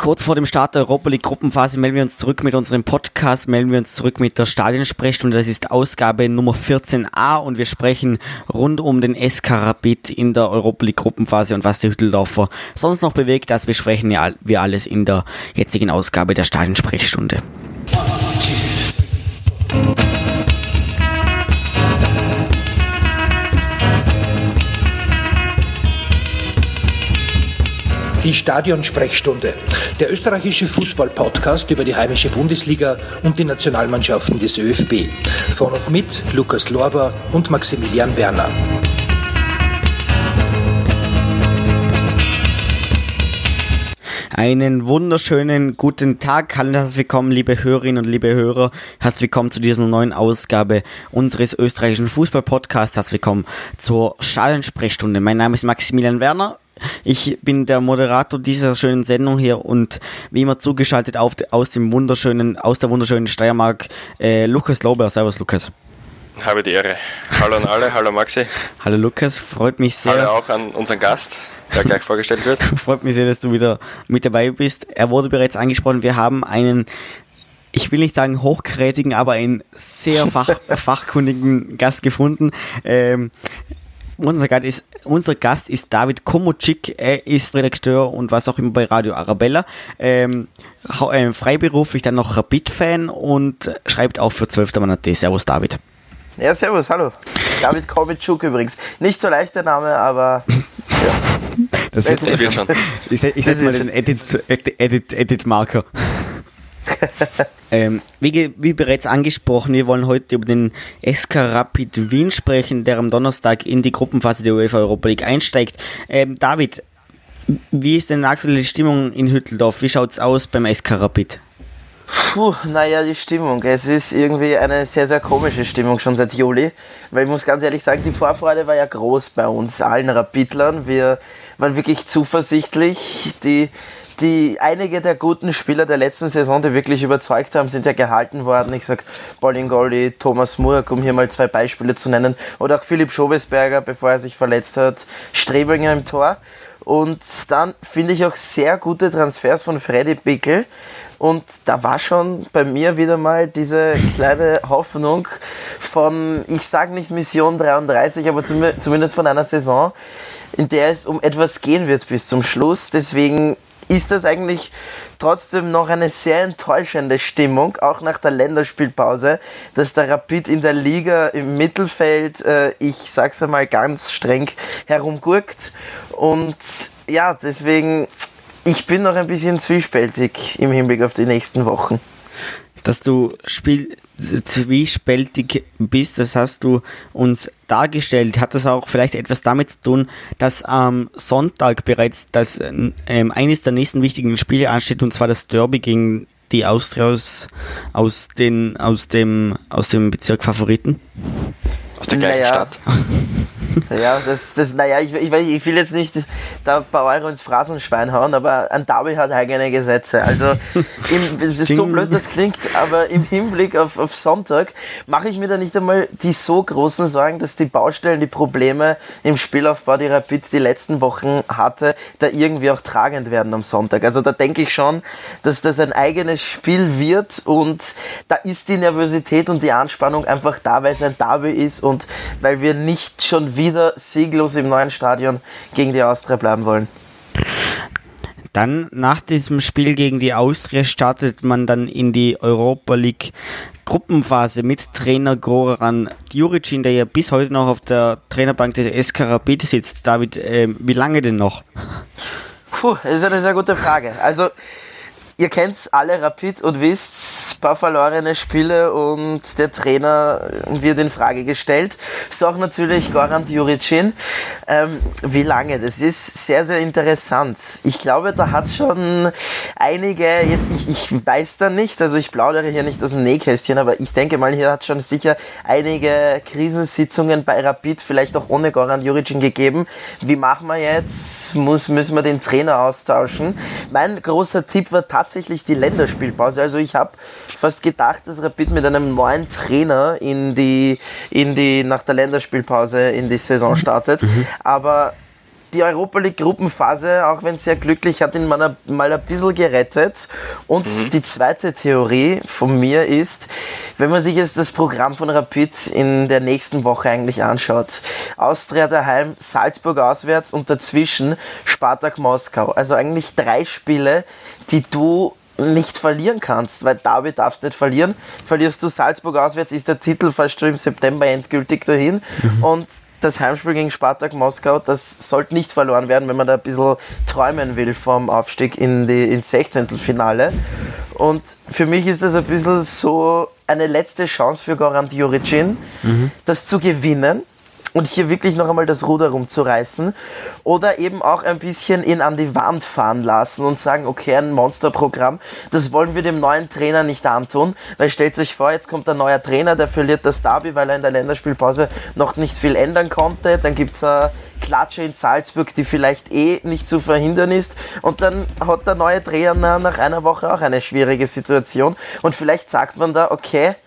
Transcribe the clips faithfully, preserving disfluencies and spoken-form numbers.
Kurz vor dem Start der Europa League Gruppenphase melden wir uns zurück mit unserem Podcast, melden wir uns zurück mit der Stadionsprechstunde. Das ist Ausgabe Nummer vierzehn a und wir sprechen rund um den S K Rapid in der Europa League Gruppenphase und was die Hütteldorfer sonst noch bewegt. Das besprechen wir alles in der jetzigen Ausgabe der Stadionsprechstunde. Die Stadionsprechstunde, der österreichische Fußball-Podcast über die heimische Bundesliga und die Nationalmannschaften des ÖFB. Von und mit Lukas Lorber und Maximilian Werner. Einen wunderschönen guten Tag, hallo, herzlich willkommen, liebe Hörerinnen und liebe Hörer, herzlich willkommen zu dieser neuen Ausgabe unseres österreichischen Fußball-Podcasts, herzlich willkommen zur Stadionsprechstunde. Mein Name ist Maximilian Werner. Ich bin der Moderator dieser schönen Sendung hier und wie immer zugeschaltet auf, aus dem wunderschönen, aus der wunderschönen Steiermark, äh, Lukas Lauber. Servus Lukas. Habe die Ehre. Hallo an alle, hallo Maxi. Hallo Lukas, freut mich sehr. Hallo auch an unseren Gast, der gleich vorgestellt wird. Freut mich sehr, dass du wieder mit dabei bist. Er wurde bereits angesprochen, wir haben einen, ich will nicht sagen hochkarätigen, aber einen sehr fach, fachkundigen Gast gefunden. Ähm, Unser Gast, ist, unser Gast ist David Komocik, er ist Redakteur und was auch immer bei Radio Arabella, ähm, äh, freiberuflich dann noch Rapid-Fan und schreibt auch für zwölf Mann punkt at. Servus David. Ja, servus, hallo. David Komocik übrigens. Nicht so leicht der Name, aber ja. Das, das wird, wird schon. Ich, ich setze mal den Edit-Marker. Edit, Edit, Edit ähm, wie, wie bereits angesprochen, wir wollen heute über den S K Rapid Wien sprechen, der am Donnerstag in die Gruppenphase der UEFA Europa League einsteigt. Ähm, David, wie ist denn die aktuelle Stimmung in Hütteldorf? Wie schaut es aus beim S K Rapid? Puh, naja, die Stimmung. Es ist irgendwie eine sehr, sehr komische Stimmung schon seit Juli, weil ich muss ganz ehrlich sagen, die Vorfreude war ja groß bei uns, allen Rapidlern. Wir waren wirklich zuversichtlich. Die Die einige der guten Spieler der letzten Saison, die wirklich überzeugt haben, sind ja gehalten worden. Ich sag Bolingoli, Thomas Murk, um hier mal zwei Beispiele zu nennen. Oder auch Philipp Schobesberger, bevor er sich verletzt hat. Strebinger im Tor. Und dann finde ich auch sehr gute Transfers von Freddy Bickel. Und da war schon bei mir wieder mal diese kleine Hoffnung von, ich sage nicht Mission dreiunddreißig, aber zumindest von einer Saison, in der es um etwas gehen wird bis zum Schluss. Deswegen ist das eigentlich trotzdem noch eine sehr enttäuschende Stimmung, auch nach der Länderspielpause, dass der Rapid in der Liga im Mittelfeld, äh, ich sag's einmal ganz streng, herumgurkt. Und ja, deswegen, ich bin noch ein bisschen zwiespältig im Hinblick auf die nächsten Wochen. Dass du Spiel zwiespältig bist, das hast du uns dargestellt. Hat das auch vielleicht etwas damit zu tun, dass am Sonntag bereits das, ähm, eines der nächsten wichtigen Spiele ansteht, und zwar das Derby gegen die Austria aus, aus, den, aus, dem, aus dem Bezirk Favoriten? Aus der gleichen naja. Stadt. Ja, das, das, naja, ich, ich, ich will jetzt nicht da bei Euro ins Phrasenschwein hauen, aber ein Derby hat eigene Gesetze. Also, im, es ist so blöd das klingt, aber im Hinblick auf, auf Sonntag mache ich mir da nicht einmal die so großen Sorgen, dass die Baustellen, die Probleme im Spielaufbau, die Rapid die letzten Wochen hatte, da irgendwie auch tragend werden am Sonntag. Also da denke ich schon, dass das ein eigenes Spiel wird und da ist die Nervosität und die Anspannung einfach da, weil es ein Derby ist und weil wir nicht schon wieder wieder sieglos im neuen Stadion gegen die Austria bleiben wollen. Dann nach diesem Spiel gegen die Austria startet man dann in die Europa League Gruppenphase mit Trainer Goran Djuricin, der ja bis heute noch auf der Trainerbank des S K Rapid sitzt. David, äh, wie lange denn noch? Puh, das ist eine sehr gute Frage. Also ihr kennt alle Rapid und wisst, ein paar verlorene Spiele und der Trainer wird in Frage gestellt. So auch natürlich Goran Djuricin. Ähm, wie lange? Das ist sehr, sehr interessant. Ich glaube, da hat schon einige, jetzt ich, ich weiß da nicht, also ich plaudere hier nicht aus dem Nähkästchen, aber ich denke mal, hier hat schon sicher einige Krisensitzungen bei Rapid, vielleicht auch ohne Goran Djuricin gegeben. Wie machen wir jetzt? Muss, müssen wir den Trainer austauschen? Mein großer Tipp war tatsächlich tatsächlich die Länderspielpause. Also ich habe fast gedacht, dass Rapid mit einem neuen Trainer in die, in die, nach der Länderspielpause in die Saison startet. Mhm. Aber die Europa League Gruppenphase, auch wenn sehr glücklich, hat ihn mal, mal ein bisschen gerettet. Und mhm. die zweite Theorie von mir ist, wenn man sich jetzt das Programm von Rapid in der nächsten Woche eigentlich anschaut, Austria daheim, Salzburg auswärts und dazwischen Spartak Moskau. Also eigentlich drei Spiele, die du nicht verlieren kannst, weil Derby darfst nicht verlieren. Verlierst du Salzburg auswärts, ist der Titel fast schon im September endgültig dahin. Mhm. Und das Heimspiel gegen Spartak Moskau, das sollte nicht verloren werden, wenn man da ein bisschen träumen will vom Aufstieg in die, ins Sechzehntelfinale. Und für mich ist das ein bisschen so eine letzte Chance für Goran Djuricin, mhm. das zu gewinnen und hier wirklich noch einmal das Ruder rumzureißen oder eben auch ein bisschen ihn an die Wand fahren lassen und sagen, okay, ein Monsterprogramm, das wollen wir dem neuen Trainer nicht antun, weil stellt euch vor, jetzt kommt ein neuer Trainer, der verliert das Derby, weil er in der Länderspielpause noch nicht viel ändern konnte, dann gibt es eine Klatsche in Salzburg, die vielleicht eh nicht zu verhindern ist und dann hat der neue Trainer nach einer Woche auch eine schwierige Situation und vielleicht sagt man da, okay,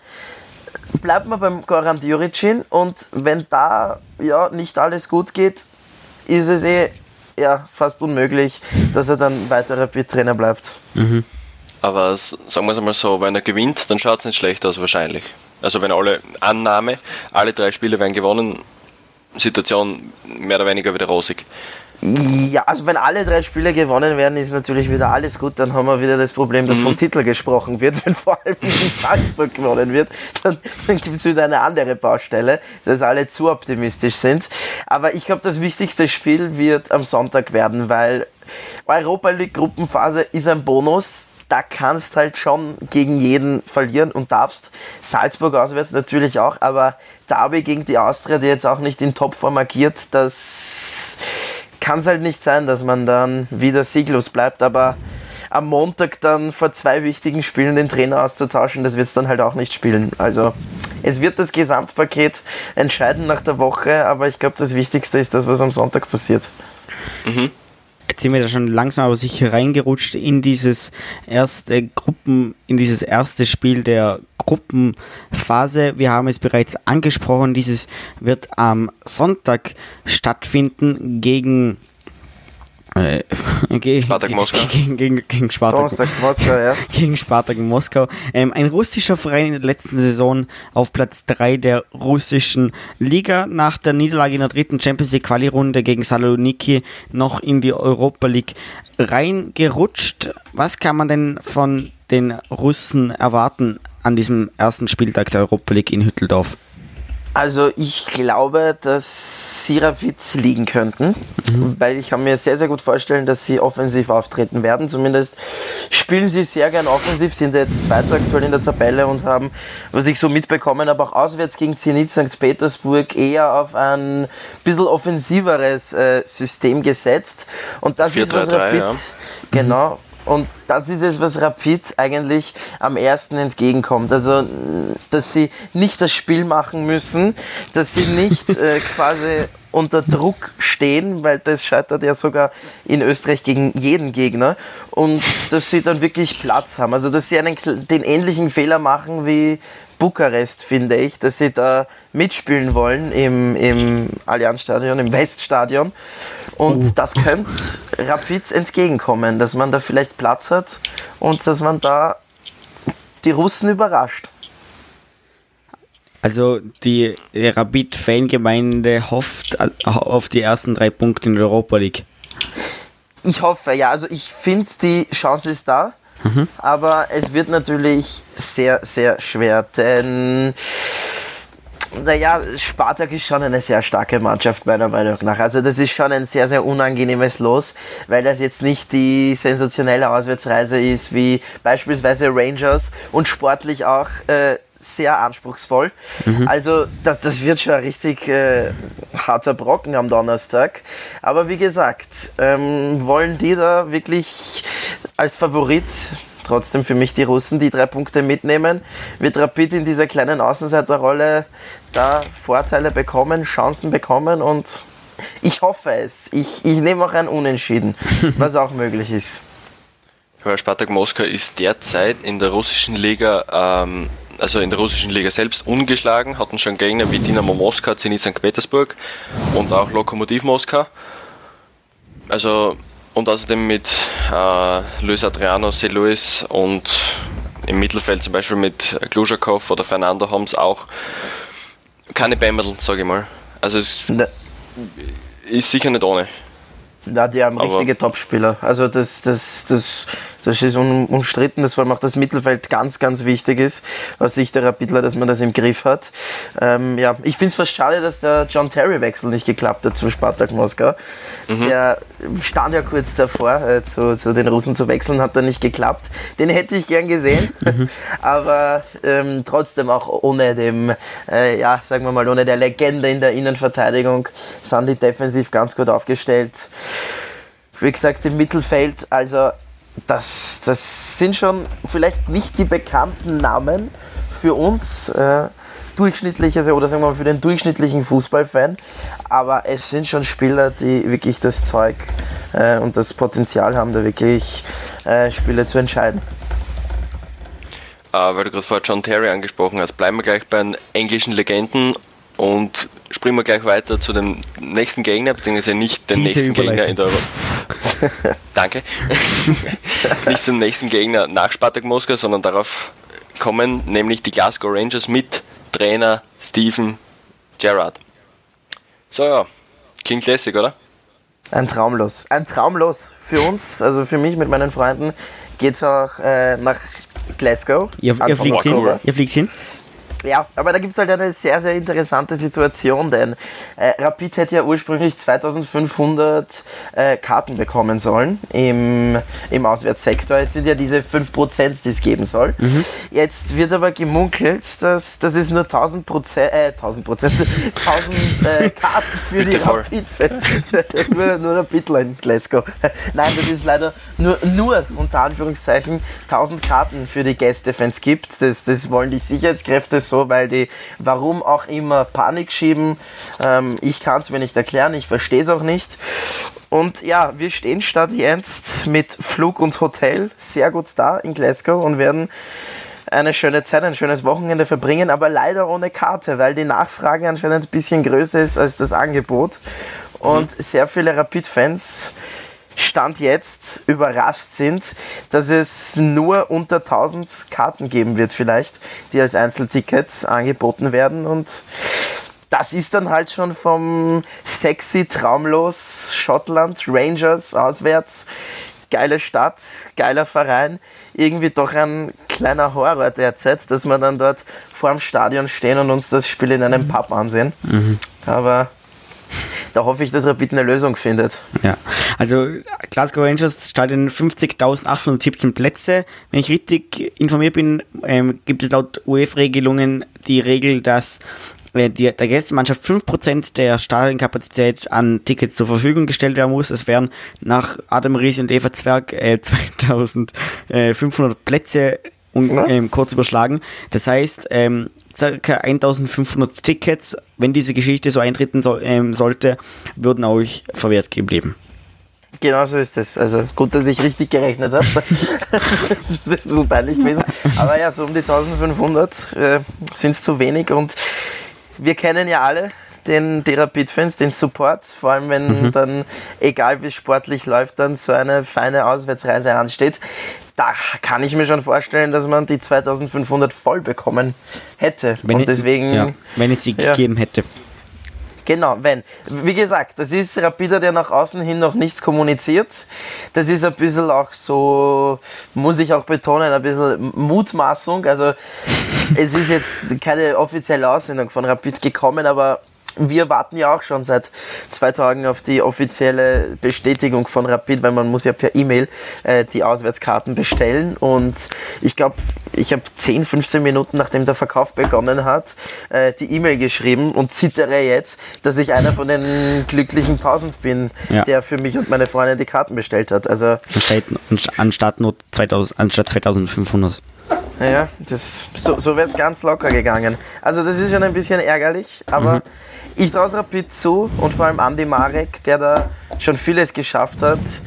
bleibt man beim Goran Djuricin und wenn da ja nicht alles gut geht, ist es eh ja, fast unmöglich, dass er dann weiter Rapid-Trainer bleibt. Mhm. Aber sagen wir es einmal so, wenn er gewinnt, dann schaut es nicht schlecht aus wahrscheinlich. Also wenn alle Annahme, alle drei Spiele werden gewonnen, Situation mehr oder weniger wieder rosig. Ja, also wenn alle drei Spiele gewonnen werden, ist natürlich wieder alles gut. Dann haben wir wieder das Problem, dass mhm. vom Titel gesprochen wird. Wenn vor allem in Salzburg gewonnen wird, dann, dann gibt es wieder eine andere Baustelle, dass alle zu optimistisch sind. Aber ich glaube, das wichtigste Spiel wird am Sonntag werden, weil Europa League Gruppenphase ist ein Bonus. Da kannst halt schon gegen jeden verlieren und darfst. Salzburg auswärts natürlich auch, aber Derby gegen die Austria, die jetzt auch nicht in Topform agiert, das kann es halt nicht sein, dass man dann wieder sieglos bleibt, aber am Montag dann vor zwei wichtigen Spielen den Trainer auszutauschen, das wird es dann halt auch nicht spielen. Also es wird das Gesamtpaket entscheiden nach der Woche, aber ich glaube, das Wichtigste ist das, was am Sonntag passiert. Mhm. Jetzt sind wir da schon langsam aber sicher reingerutscht in dieses erste Gruppen, in dieses erste Spiel der Gruppenphase. Wir haben es bereits angesprochen, dieses wird am Sonntag stattfinden gegen äh, ge- Spartak Moskau. Gegen, gegen, gegen Spartak Moskau, ja. Gegen Spartak in Moskau. Ähm, ein russischer Verein in der letzten Saison auf Platz drei der russischen Liga, nach der Niederlage in der dritten Champions League Quali-Runde gegen Saloniki noch in die Europa League reingerutscht. Was kann man denn von den Russen erwarten an diesem ersten Spieltag der Europa League in Hütteldorf? Also ich glaube, dass sie Rapid liegen könnten, mhm. weil ich kann mir sehr, sehr gut vorstellen, dass sie offensiv auftreten werden. Zumindest spielen sie sehr gern offensiv, sind jetzt Zweiter aktuell in der Tabelle und haben, was ich so mitbekommen habe, auch auswärts gegen Zenit Sankt Petersburg eher auf ein bisschen offensiveres äh, System gesetzt. Und das vier drei drei, ist was Rapid, ja. Genau. Mhm. Und das ist es, was Rapid eigentlich am ersten entgegenkommt. Also, dass sie nicht das Spiel machen müssen, dass sie nicht äh, quasi unter Druck stehen, weil das scheitert ja sogar in Österreich gegen jeden Gegner, und dass sie dann wirklich Platz haben. Also, dass sie einen, den ähnlichen Fehler machen wie Bukarest, finde ich, dass sie da mitspielen wollen im, im Allianzstadion, im Weststadion. Und uh. das könnte Rapid entgegenkommen, dass man da vielleicht Platz hat und dass man da die Russen überrascht. Also die Rapid-Fangemeinde hofft auf die ersten drei Punkte in der Europa League. Ich hoffe, ja. Also ich finde, die Chance ist da. Mhm. Aber es wird natürlich sehr, sehr schwer, denn naja, Spartak ist schon eine sehr starke Mannschaft meiner Meinung nach. Also das ist schon ein sehr, sehr unangenehmes Los, weil das jetzt nicht die sensationelle Auswärtsreise ist wie beispielsweise Rangers und sportlich auch äh, sehr anspruchsvoll. Mhm. Also das, das wird schon ein richtig äh, harter Brocken am Donnerstag. Aber wie gesagt, ähm, wollen die da wirklich als Favorit trotzdem für mich die Russen die drei Punkte mitnehmen, wird Rapid in dieser kleinen Außenseiterrolle da Vorteile bekommen, Chancen bekommen, und ich hoffe es. Ich, ich nehme auch ein Unentschieden, was auch möglich ist. Weil Spartak Moskau ist derzeit in der russischen Liga, ähm, also in der russischen Liga selbst ungeschlagen, hatten schon Gegner wie Dynamo Moskau, Zenit Sankt Petersburg und auch Lokomotiv Moskau. Also, und außerdem mit äh, Luis Adriano, C. Luis und im Mittelfeld zum Beispiel mit Glujakov oder Fernando haben es auch keine Bämmerl, sage ich mal. Also es Na, ist sicher nicht ohne. na, die haben Aber- richtige Topspieler. Also das, das, das, das ist un, umstritten, dass vor allem auch das Mittelfeld ganz, ganz wichtig ist, aus Sicht der Rapidler, dass man das im Griff hat. Ähm, ja, ich finde es fast schade, dass der John Terry-Wechsel nicht geklappt hat zum Spartak Moskau. Mhm. Der stand ja kurz davor, äh, zu, zu den Russen zu wechseln, hat dann nicht geklappt. Den hätte ich gern gesehen, aber ähm, trotzdem auch ohne dem, äh, ja, sagen wir mal, ohne der Legende in der Innenverteidigung sind die defensiv ganz gut aufgestellt. Wie gesagt, im Mittelfeld, also das, das sind schon vielleicht nicht die bekannten Namen für uns, äh, durchschnittliche, oder sagen wir mal für den durchschnittlichen Fußballfan, aber es sind schon Spieler, die wirklich das Zeug äh, und das Potenzial haben, da wirklich äh, Spiele zu entscheiden. Äh, weil du gerade vorher John Terry angesprochen hast, bleiben wir gleich bei den englischen Legenden und springen wir gleich weiter zu dem nächsten Gegner, beziehungsweise nicht den Diese nächsten Gegner in der Euro. Danke. Nicht zum nächsten Gegner nach Spartak Moskau, sondern darauf kommen nämlich die Glasgow Rangers mit Trainer Steven Gerrard. So ja, klingt lässig, oder? Ein Traumlos. Ein Traumlos für uns, also für mich mit meinen Freunden, geht es auch äh, nach Glasgow. Ihr, ihr, Anfang fliegt hin, Oktober. ihr fliegt hin? Ja, aber da gibt es halt eine sehr, sehr interessante Situation, denn äh, Rapid hätte ja ursprünglich zweitausendfünfhundert äh, Karten bekommen sollen im, im Auswärtssektor. Es sind ja diese fünf Prozent, die es geben soll. Mhm. Jetzt wird aber gemunkelt, dass, dass es nur tausend Prozent, äh, tausend Prozent, tausend äh, Karten für die Bitte voll. Rapid-Fans, nur, nur Rapidler in Glasgow. Nein, das ist leider nur, nur unter Anführungszeichen tausend Karten für die Gästefans gibt. Das, das wollen die Sicherheitskräfte so, weil die, warum auch immer, Panik schieben. Ähm, ich kann es mir nicht erklären, ich verstehe es auch nicht. Und ja, wir stehen statt jetzt mit Flug und Hotel sehr gut da in Glasgow und werden eine schöne Zeit, ein schönes Wochenende verbringen, aber leider ohne Karte, weil die Nachfrage anscheinend ein bisschen größer ist als das Angebot. Und mhm. sehr viele Rapid-Fans Stand jetzt überrascht sind, dass es nur unter tausend Karten geben wird vielleicht, die als Einzeltickets angeboten werden, und das ist dann halt schon vom sexy, traumlos Schottland Rangers auswärts, geile Stadt, geiler Verein, irgendwie doch ein kleiner Horror derzeit, dass wir dann dort vor dem Stadion stehen und uns das Spiel in einem Pub ansehen. Mhm. Aber da hoffe ich, dass Rapid eine Lösung findet. Ja, also Glasgow Rangers Stadion fünfzigtausendachthundertsiebzehn Plätze. Wenn ich richtig informiert bin, ähm, gibt es laut U E F-Regelungen die Regel, dass äh, die, der Gästemannschaft fünf Prozent der Stadionkapazität an Tickets zur Verfügung gestellt werden muss. Es wären nach Adam Riese und Eva Zwerg äh, zweitausendfünfhundert Plätze und, ähm, kurz überschlagen. Das heißt, ähm, ca. eintausendfünfhundert Tickets, wenn diese Geschichte so eintreten so, ähm, sollte, würden euch verwehrt geblieben. Genau so ist es. Also gut, dass ich richtig gerechnet habe. Das ist ein bisschen peinlich gewesen. Aber ja, so um die eintausendfünfhundert äh, sind es zu wenig, und wir kennen ja alle den die Rapid-Fans, den Support, vor allem wenn mhm. dann, egal wie es sportlich läuft, dann so eine feine Auswärtsreise ansteht. Da kann ich mir schon vorstellen, dass man die zweitausendfünfhundert voll bekommen hätte. Wenn und es, deswegen, ja, wenn es sie ja. gegeben hätte. Genau, wenn. Wie gesagt, das ist Rapid, der nach außen hin noch nichts kommuniziert. Das ist ein bisschen auch so, muss ich auch betonen, ein bisschen Mutmaßung. Also es ist jetzt keine offizielle Aussendung von Rapid gekommen, aber wir warten ja auch schon seit zwei Tagen auf die offizielle Bestätigung von Rapid, weil man muss ja per E-Mail äh, die Auswärtskarten bestellen, und ich glaube, ich habe zehn, fünfzehn Minuten nachdem der Verkauf begonnen hat, äh, die E-Mail geschrieben und zittere jetzt, dass ich einer von den glücklichen tausend bin, ja. der für mich und meine Freundin die Karten bestellt hat. Also anstatt nur zweitausend, anstatt zweitausendfünfhundert. Ja, das, so, so wäre es ganz locker gegangen. Also das ist schon ein bisschen ärgerlich, aber mhm. ich traue es Rapid zu, und vor allem Andi Marek, der da schon vieles geschafft hat,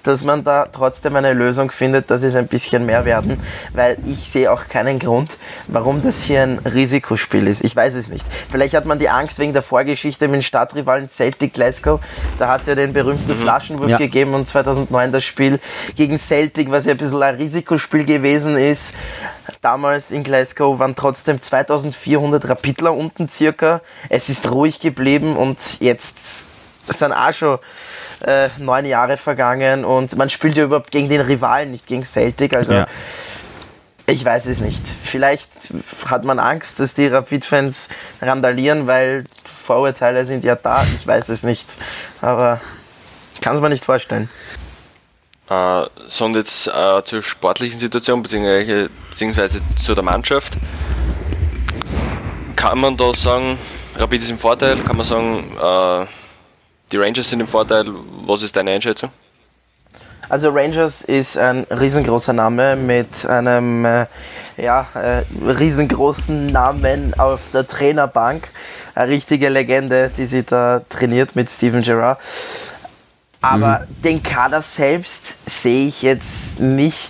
dass man da trotzdem eine Lösung findet, dass es ein bisschen mehr werden, weil ich sehe auch keinen Grund, warum das hier ein Risikospiel ist. Ich weiß es nicht. Vielleicht hat man die Angst wegen der Vorgeschichte mit dem Stadtrivalen Celtic Glasgow. Da hat es ja den berühmten mhm. Flaschenwurf ja. gegeben und zweitausendneun das Spiel gegen Celtic, was ja ein bisschen ein Risikospiel gewesen ist. Damals in Glasgow waren trotzdem zweitausendvierhundert Rapidler unten circa. Es ist ruhig geblieben und jetzt sind auch schon äh, neun Jahre vergangen und man spielt ja überhaupt gegen den Rivalen, nicht gegen Celtic. Also ja. ich weiß es nicht. Vielleicht hat man Angst, dass die Rapid-Fans randalieren, weil Vorurteile sind ja da. Ich weiß es nicht. Aber ich kann es mir nicht vorstellen. Äh, so und jetzt äh, zur sportlichen Situation beziehungsweise, beziehungsweise zu der Mannschaft. Kann man da sagen, Rapid ist im Vorteil? Kann man sagen, äh, die Rangers sind im Vorteil? Was ist deine Einschätzung? Also Rangers ist ein riesengroßer Name mit einem äh, ja, äh, riesengroßen Namen auf der Trainerbank. Eine richtige Legende, die sie da trainiert mit Steven Gerrard. Aber mhm. den Kader selbst sehe ich jetzt nicht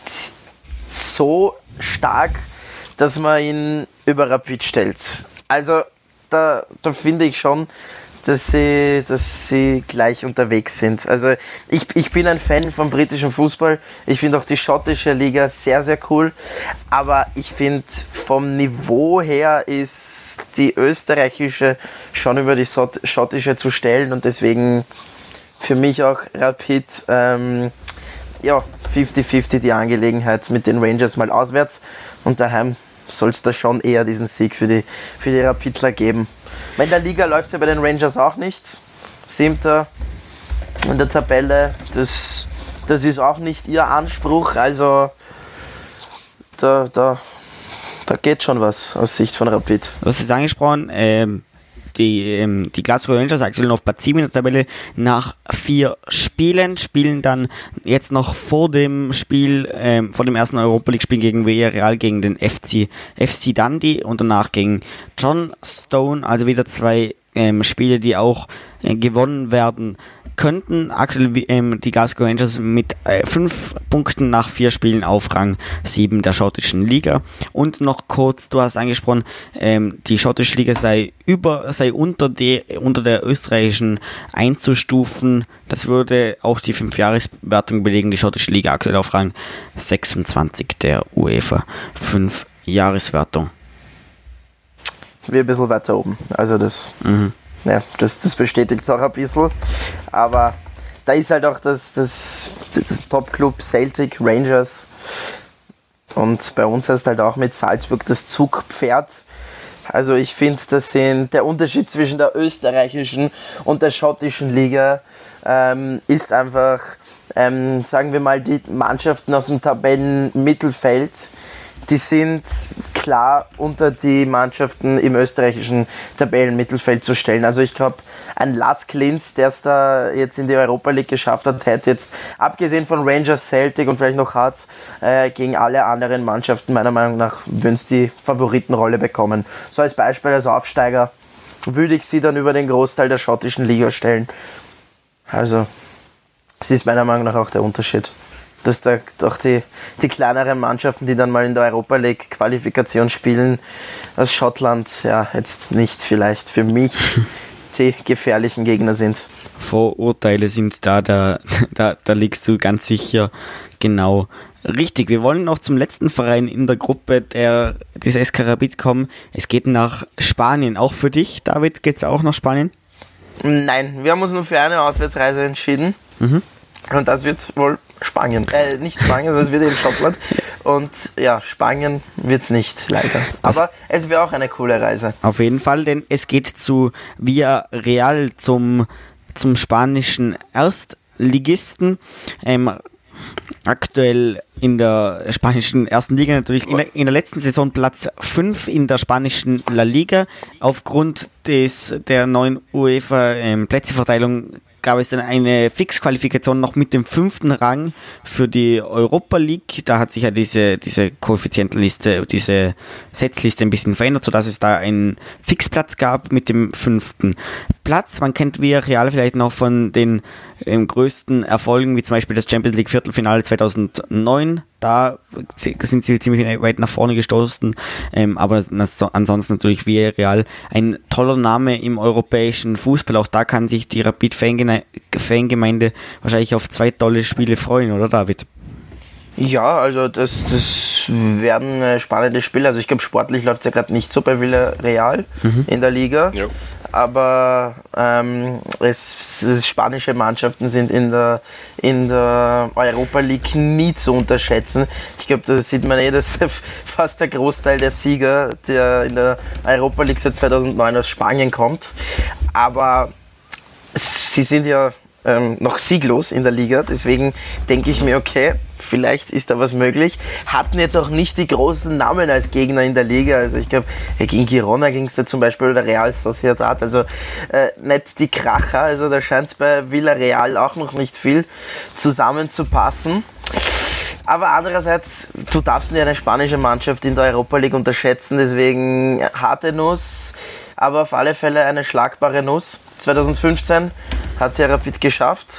so stark, dass man ihn über Rapid stellt. Also da, da finde ich schon, dass sie, dass sie gleich unterwegs sind. Also ich, ich bin ein Fan vom britischen Fußball. Ich finde auch die schottische Liga sehr, sehr cool. Aber ich finde, vom Niveau her ist die österreichische schon über die schottische zu stellen. Und deswegen für mich auch Rapid ähm, ja, fünfzig fünfzig die Angelegenheit mit den Rangers mal auswärts. Und daheim soll es da schon eher diesen Sieg für die, für die Rapidler geben. In der Liga läuft es ja bei den Rangers auch nicht. Siebter in der Tabelle, das, das ist auch nicht ihr Anspruch. Also da, da, da geht schon was aus Sicht von Rapid. Du hast es angesprochen, ähm, die, ähm, die Glasgow Rangers aktuell auf Platz sieben in der Tabelle nach vier Spielen, spielen dann jetzt noch vor dem Spiel, ähm, vor dem ersten Europa League Spiel gegen Villarreal gegen den F C, F C Dundee und danach gegen Johnstone, also wieder zwei ähm, Spiele, die auch äh, gewonnen werden könnten. Aktuell ähm, die Glasgow Rangers mit äh, fünf Punkten nach vier Spielen auf Rang sieben der schottischen Liga. Und noch kurz, du hast angesprochen, ähm, die schottische Liga sei über, sei unter, die, unter der österreichischen einzustufen. Das würde auch die fünf-Jahres-Wertung belegen. Die schottische Liga aktuell auf Rang sechsundzwanzig der UEFA fünf-Jahres-Wertung. Wir ein bisschen weiter oben. Also das... Mhm. Ja, das, das bestätigt es auch ein bisschen, aber da ist halt auch das, das, das Top-Club Celtic Rangers und bei uns heißt halt auch mit Salzburg das Zugpferd. Also ich finde, das sind der Unterschied zwischen der österreichischen und der schottischen Liga ähm, ist einfach, ähm, sagen wir mal, die Mannschaften aus dem Tabellenmittelfeld, die sind klar unter die Mannschaften im österreichischen Tabellenmittelfeld zu stellen. Also ich glaube, ein Lars Klintz, der es da jetzt in die Europa League geschafft hat, hätte jetzt, abgesehen von Rangers, Celtic und vielleicht noch Hearts, äh, gegen alle anderen Mannschaften meiner Meinung nach würden sie die Favoritenrolle bekommen. So als Beispiel als Aufsteiger würde ich sie dann über den Großteil der schottischen Liga stellen. Also, das ist meiner Meinung nach auch der Unterschied. Dass da auch die, die kleineren Mannschaften, die dann mal in der Europa League Qualifikation spielen, aus Schottland, ja, jetzt nicht vielleicht für mich die gefährlichen Gegner sind. Vorurteile sind da, da, da, da liegst du ganz sicher genau richtig. Wir wollen noch zum letzten Verein in der Gruppe der, des S K Rapid kommen. Es geht nach Spanien. Auch für dich, David, geht es auch nach Spanien? Nein, wir haben uns nur für eine Auswärtsreise entschieden. Mhm. Und das wird wohl Spanien. Äh, nicht Spanien, sondern es wird eben Schottland. Und ja, Spanien wird es nicht, leider. Aber Was? Es wäre auch eine coole Reise. Auf jeden Fall, denn es geht zu Villarreal, zum, zum spanischen Erstligisten. Ähm, aktuell in der spanischen ersten Liga natürlich in der, in der letzten Saison Platz fünf in der spanischen La Liga. Aufgrund des, der neuen UEFA-Plätzeverteilung gab es dann eine Fixqualifikation noch mit dem fünften Rang für die Europa League. Da hat sich ja diese, diese Koeffizientenliste, diese Setzliste ein bisschen verändert, sodass es da einen Fixplatz gab mit dem fünften Platz. Man kennt Villarreal vielleicht noch von den ähm, größten Erfolgen, wie zum Beispiel das Champions League Viertelfinale zweitausendneun. Da sind sie ziemlich weit nach vorne gestoßen, ähm, aber das, ansonsten natürlich Villarreal ein toller Name im europäischen Fußball. Auch da kann sich die Rapid-Fangemeinde wahrscheinlich auf zwei tolle Spiele freuen, oder David? Ja, also das, das werden äh, spannende Spiele. Also ich glaube, sportlich läuft es ja gerade nicht so bei Villarreal mhm. in der Liga. Ja. Aber ähm, es, es, spanische Mannschaften sind in der, in der Europa League nie zu unterschätzen. Ich glaube, da sieht man eh, dass fast der Großteil der Sieger, der in der Europa League seit zweitausendneun aus Spanien kommt. Aber sie sind ja ähm, noch sieglos in der Liga, deswegen denke ich mir, okay, vielleicht ist da was möglich. Hatten jetzt auch nicht die großen Namen als Gegner in der Liga. Also ich glaube, gegen Girona ging es da zum Beispiel, oder Real Sociedad. Also äh, nicht die Kracher. Also da scheint es bei Villarreal auch noch nicht viel zusammenzupassen. Aber andererseits, du darfst nicht eine spanische Mannschaft in der Europa League unterschätzen. Deswegen harte Nuss, aber auf alle Fälle eine schlagbare Nuss. zweitausendfünfzehn hat es ja Rapid geschafft.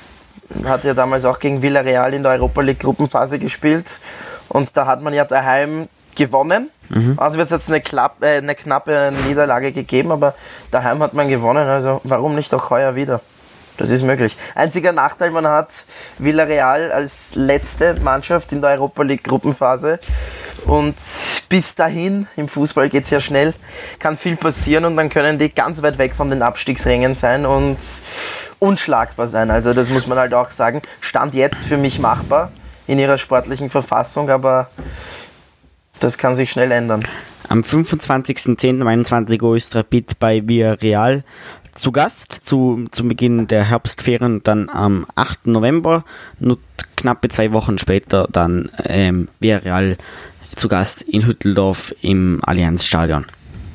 Hat ja damals auch gegen Villarreal in der Europa League Gruppenphase gespielt und da hat man ja daheim gewonnen. Mhm. Auswärts hat es eine, Klapp, äh, eine knappe Niederlage gegeben, aber daheim hat man gewonnen, also warum nicht auch heuer wieder? Das ist möglich. Einziger Nachteil, man hat Villarreal als letzte Mannschaft in der Europa League Gruppenphase und bis dahin, im Fußball geht es ja schnell, kann viel passieren und dann können die ganz weit weg von den Abstiegsrängen sein und unschlagbar sein. Also das muss man halt auch sagen. Stand jetzt für mich machbar in ihrer sportlichen Verfassung, aber das kann sich schnell ändern. Am fünfundzwanzigsten zehnten um einundzwanzig Uhr ist Rapid bei Villarreal zu Gast zu, zu Beginn der Herbstferien und dann am achten November, nur knappe zwei Wochen später, dann ähm, Villarreal zu Gast in Hütteldorf im Allianzstadion.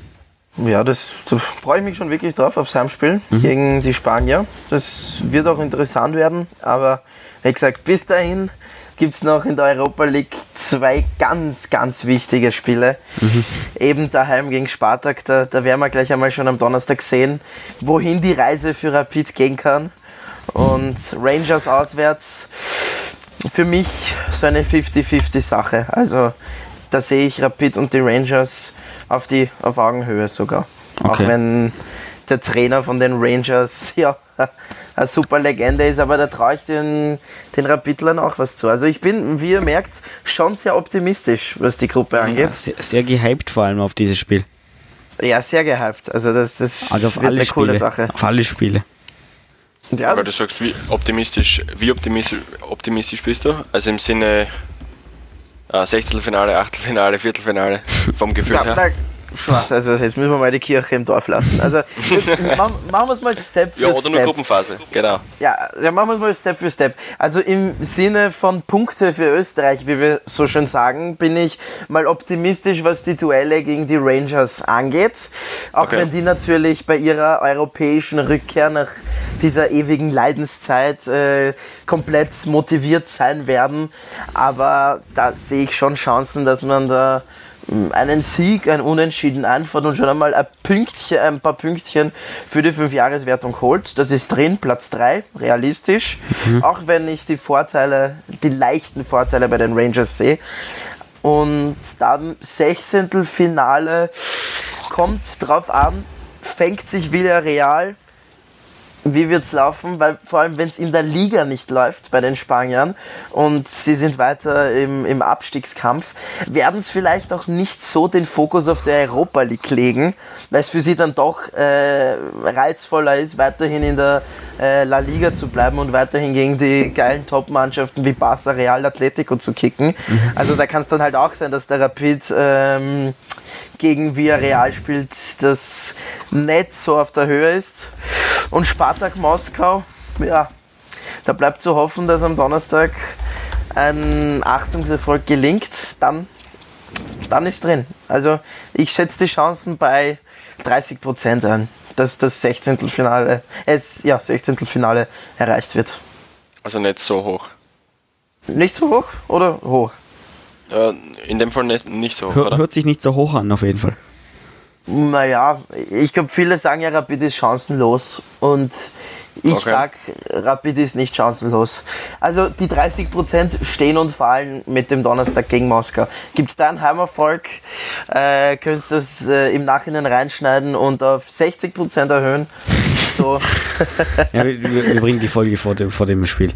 Ja, das, da freue ich mich schon wirklich drauf, aufs Heimspiel mhm. gegen die Spanier. Das wird auch interessant werden, aber wie gesagt, bis dahin gibt es noch in der Europa League zwei ganz, ganz wichtige Spiele. Mhm. Eben daheim gegen Spartak, da, da werden wir gleich einmal schon am Donnerstag sehen, wohin die Reise für Rapid gehen kann. Und Rangers auswärts, für mich so eine fünfzig fünfzig Sache. Also da sehe ich Rapid und die Rangers auf die auf Augenhöhe sogar. Okay. Auch wenn der Trainer von den Rangers ja eine super Legende ist, aber da traue ich den, den Rapidlern auch was zu. Also ich bin, wie ihr merkt, schon sehr optimistisch, was die Gruppe angeht. Ja, sehr, sehr gehypt vor allem auf dieses Spiel. Ja, sehr gehypt. Also das, das also auf wird alle eine Spiele, coole Sache. Auf alle Spiele. Ja, weil du sagst, wie optimistisch, wie optimistisch, optimistisch bist du? Also im Sinne äh, Sechzehntelfinale, Achtelfinale, Viertelfinale vom Gefühl ja, her? Also jetzt müssen wir mal die Kirche im Dorf lassen. Also machen, machen wir es mal Step für Step. Ja, oder Step. nur Gruppenphase, genau. Ja, ja, machen wir es mal Step für Step. Also im Sinne von Punkte für Österreich, wie wir so schön sagen, bin ich mal optimistisch, was die Duelle gegen die Rangers angeht. Auch okay. wenn die natürlich bei ihrer europäischen Rückkehr nach dieser ewigen Leidenszeit äh, komplett motiviert sein werden. Aber da sehe ich schon Chancen, dass man da einen Sieg, ein Unentschieden einfährt und schon einmal ein, Pünktchen, ein paar Pünktchen für die Fünfjahreswertung holt. Das ist drin, Platz drei, realistisch. Mhm. Auch wenn ich die Vorteile, die leichten Vorteile bei den Rangers sehe. Und dann Sechzehntelfinale kommt drauf an, fängt sich Villarreal. Wie wird es laufen? Weil vor allem, wenn es in der Liga nicht läuft bei den Spaniern und sie sind weiter im, im Abstiegskampf, werden es vielleicht auch nicht so den Fokus auf der Europa League legen, weil es für sie dann doch äh, reizvoller ist, weiterhin in der äh, La Liga zu bleiben und weiterhin gegen die geilen Top-Mannschaften wie Barca, Real, Atletico zu kicken. Mhm. Also da kann es dann halt auch sein, dass der Rapid ähm, gegen Villarreal spielt, das nicht so auf der Höhe ist. Und Spartak Moskau, ja, da bleibt zu hoffen, dass am Donnerstag ein Achtungserfolg gelingt, dann, dann ist drin. Also ich schätze die Chancen bei dreißig Prozent ein. dass das Sechzehntelfinale, es, ja, Sechzehntelfinale erreicht wird. Also nicht so hoch. Nicht so hoch oder hoch? Äh, in dem Fall nicht, nicht so hoch, Hör, oder? hört sich nicht so hoch an, auf jeden Fall. Naja, ich glaube, viele sagen ja, Rapid ist chancenlos und ich Okay. sag, Rapid ist nicht chancenlos. Also die dreißig Prozent stehen und fallen mit dem Donnerstag gegen Moskau. Gibt es da einen Heimerfolg, äh, könntest du das äh, im Nachhinein reinschneiden und auf sechzig Prozent erhöhen. So. Ja, wir, wir, wir bringen die Folge vor dem, vor dem Spiel.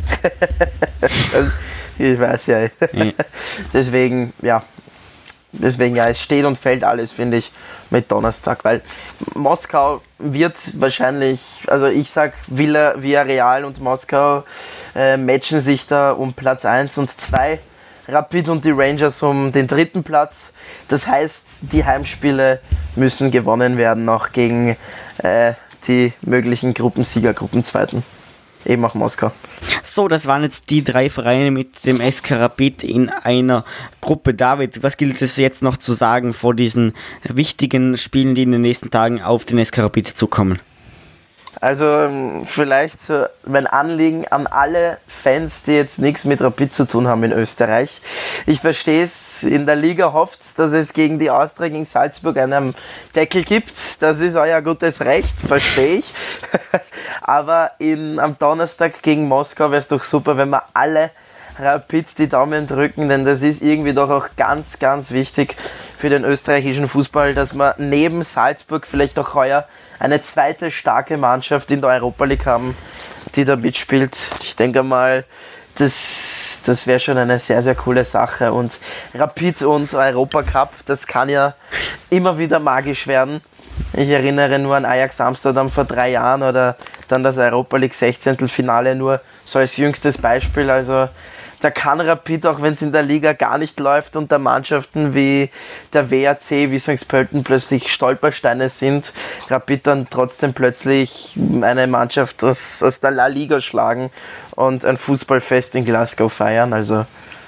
Ich weiß ja. Ja. Deswegen, ja. Deswegen, ja, es steht und fällt alles, finde ich, mit Donnerstag, weil Moskau wird wahrscheinlich, also ich sag, Villa, Villarreal und Moskau äh, matchen sich da um Platz eins und zwei, Rapid und die Rangers um den dritten Platz. Das heißt, die Heimspiele müssen gewonnen werden, noch gegen äh, die möglichen Gruppensieger, Gruppenzweiten. Eben auch Moskau. So, das waren jetzt die drei Vereine mit dem S K Rapid in einer Gruppe. David, was gilt es jetzt noch zu sagen vor diesen wichtigen Spielen, die in den nächsten Tagen auf den S K Rapid zukommen? Also vielleicht so mein Anliegen an alle Fans, die jetzt nichts mit Rapid zu tun haben in Österreich. Ich verstehe es, in der Liga hofft, dass es gegen die Austria, gegen Salzburg einen Deckel gibt. Das ist euer gutes Recht, verstehe ich. Aber in, am Donnerstag gegen Moskau wäre es doch super, wenn wir alle Rapid die Daumen drücken, denn das ist irgendwie doch auch ganz, ganz wichtig für den österreichischen Fußball, dass wir neben Salzburg vielleicht auch heuer eine zweite starke Mannschaft in der Europa League haben, die da mitspielt. Ich denke mal, das, das wäre schon eine sehr, sehr coole Sache. Und Rapid und Europa Cup, das kann ja immer wieder magisch werden. Ich erinnere nur an Ajax Amsterdam vor drei Jahren oder dann das Europa League Sechzehntelfinale, nur so als jüngstes Beispiel. Also da kann Rapid, auch wenn es in der Liga gar nicht läuft, unter Mannschaften wie der W A C, wie Sankt Pölten plötzlich Stolpersteine sind, Rapid dann trotzdem plötzlich eine Mannschaft aus, aus der La Liga schlagen und ein Fußballfest in Glasgow feiern. Also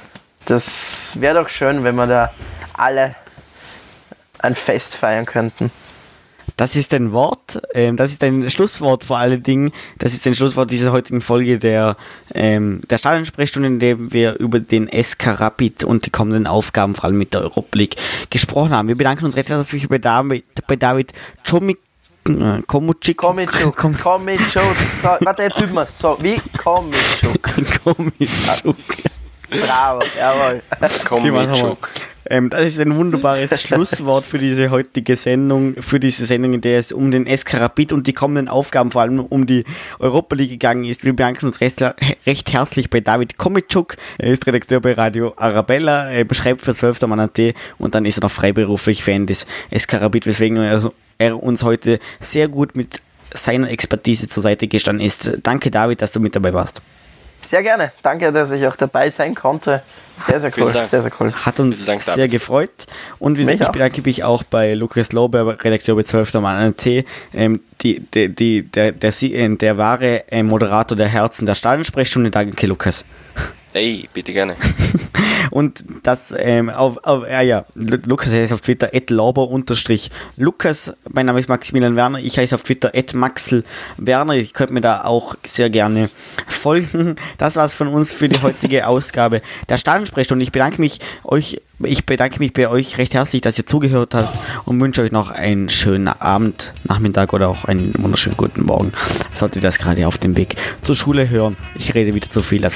das wäre doch schön, wenn wir da alle ein Fest feiern könnten. Das ist ein Wort, ähm, das ist ein Schlusswort vor allen Dingen, das ist ein Schlusswort dieser heutigen Folge der, ähm, der Stadionsprechstunde, in der wir über den S K Rapid und die kommenden Aufgaben, vor allem mit der Europa League, gesprochen haben. Wir bedanken uns recht herzlich bei David, bei David Chomik, äh, Komuchik. Komichuk, Kom- Komichuk, so, warte, jetzt üben wir es. So, wie Komichuk. Komichuk. Bravo, jawohl. Komm Die mit, machen wir. Schuck. Ähm, das ist ein wunderbares Schlusswort für diese heutige Sendung, für diese Sendung, in der es um den S K Rapid und die kommenden Aufgaben, vor allem um die Europa League gegangen ist. Wir bedanken uns recht, recht herzlich bei David Komitschuk. Er ist Redakteur bei Radio Arabella, er beschreibt für zwölfter Mann punkt at und dann ist er noch freiberuflich Fan des S K Rapid, weswegen er, er uns heute sehr gut mit seiner Expertise zur Seite gestanden ist. Danke, David, dass du mit dabei warst. Sehr gerne. Danke, dass ich auch dabei sein konnte. Sehr, sehr Vielen cool. Dank. Sehr, sehr cool. Hat uns Vielen Dank, sehr David. gefreut. Und wie Mich ich auch. bedanke mich auch bei Lukas Lohber, Redakteur bei zwölfter Mann punkt at. Ähm, die, die, die, der, der, der, der wahre äh, Moderator der Herzen der Stadionsprechstunde. Danke, Lukas. Ey, bitte gerne. Und das ähm, auf, auf ja, ja, Lu- Lukas heißt auf Twitter at lauber unterstrich Lukas. Mein Name ist Maximilian Werner. Ich heiße auf Twitter at Maxl Werner. Ich könnte mir da auch sehr gerne folgen. Das war's von uns für die heutige Ausgabe der Stadionsprechstunde. Ich bedanke mich euch, ich bedanke mich bei euch recht herzlich, dass ihr zugehört habt und wünsche euch noch einen schönen Abend, Nachmittag oder auch einen wunderschönen guten Morgen. Solltet ihr das gerade auf dem Weg zur Schule hören. Ich rede wieder zu viel. Das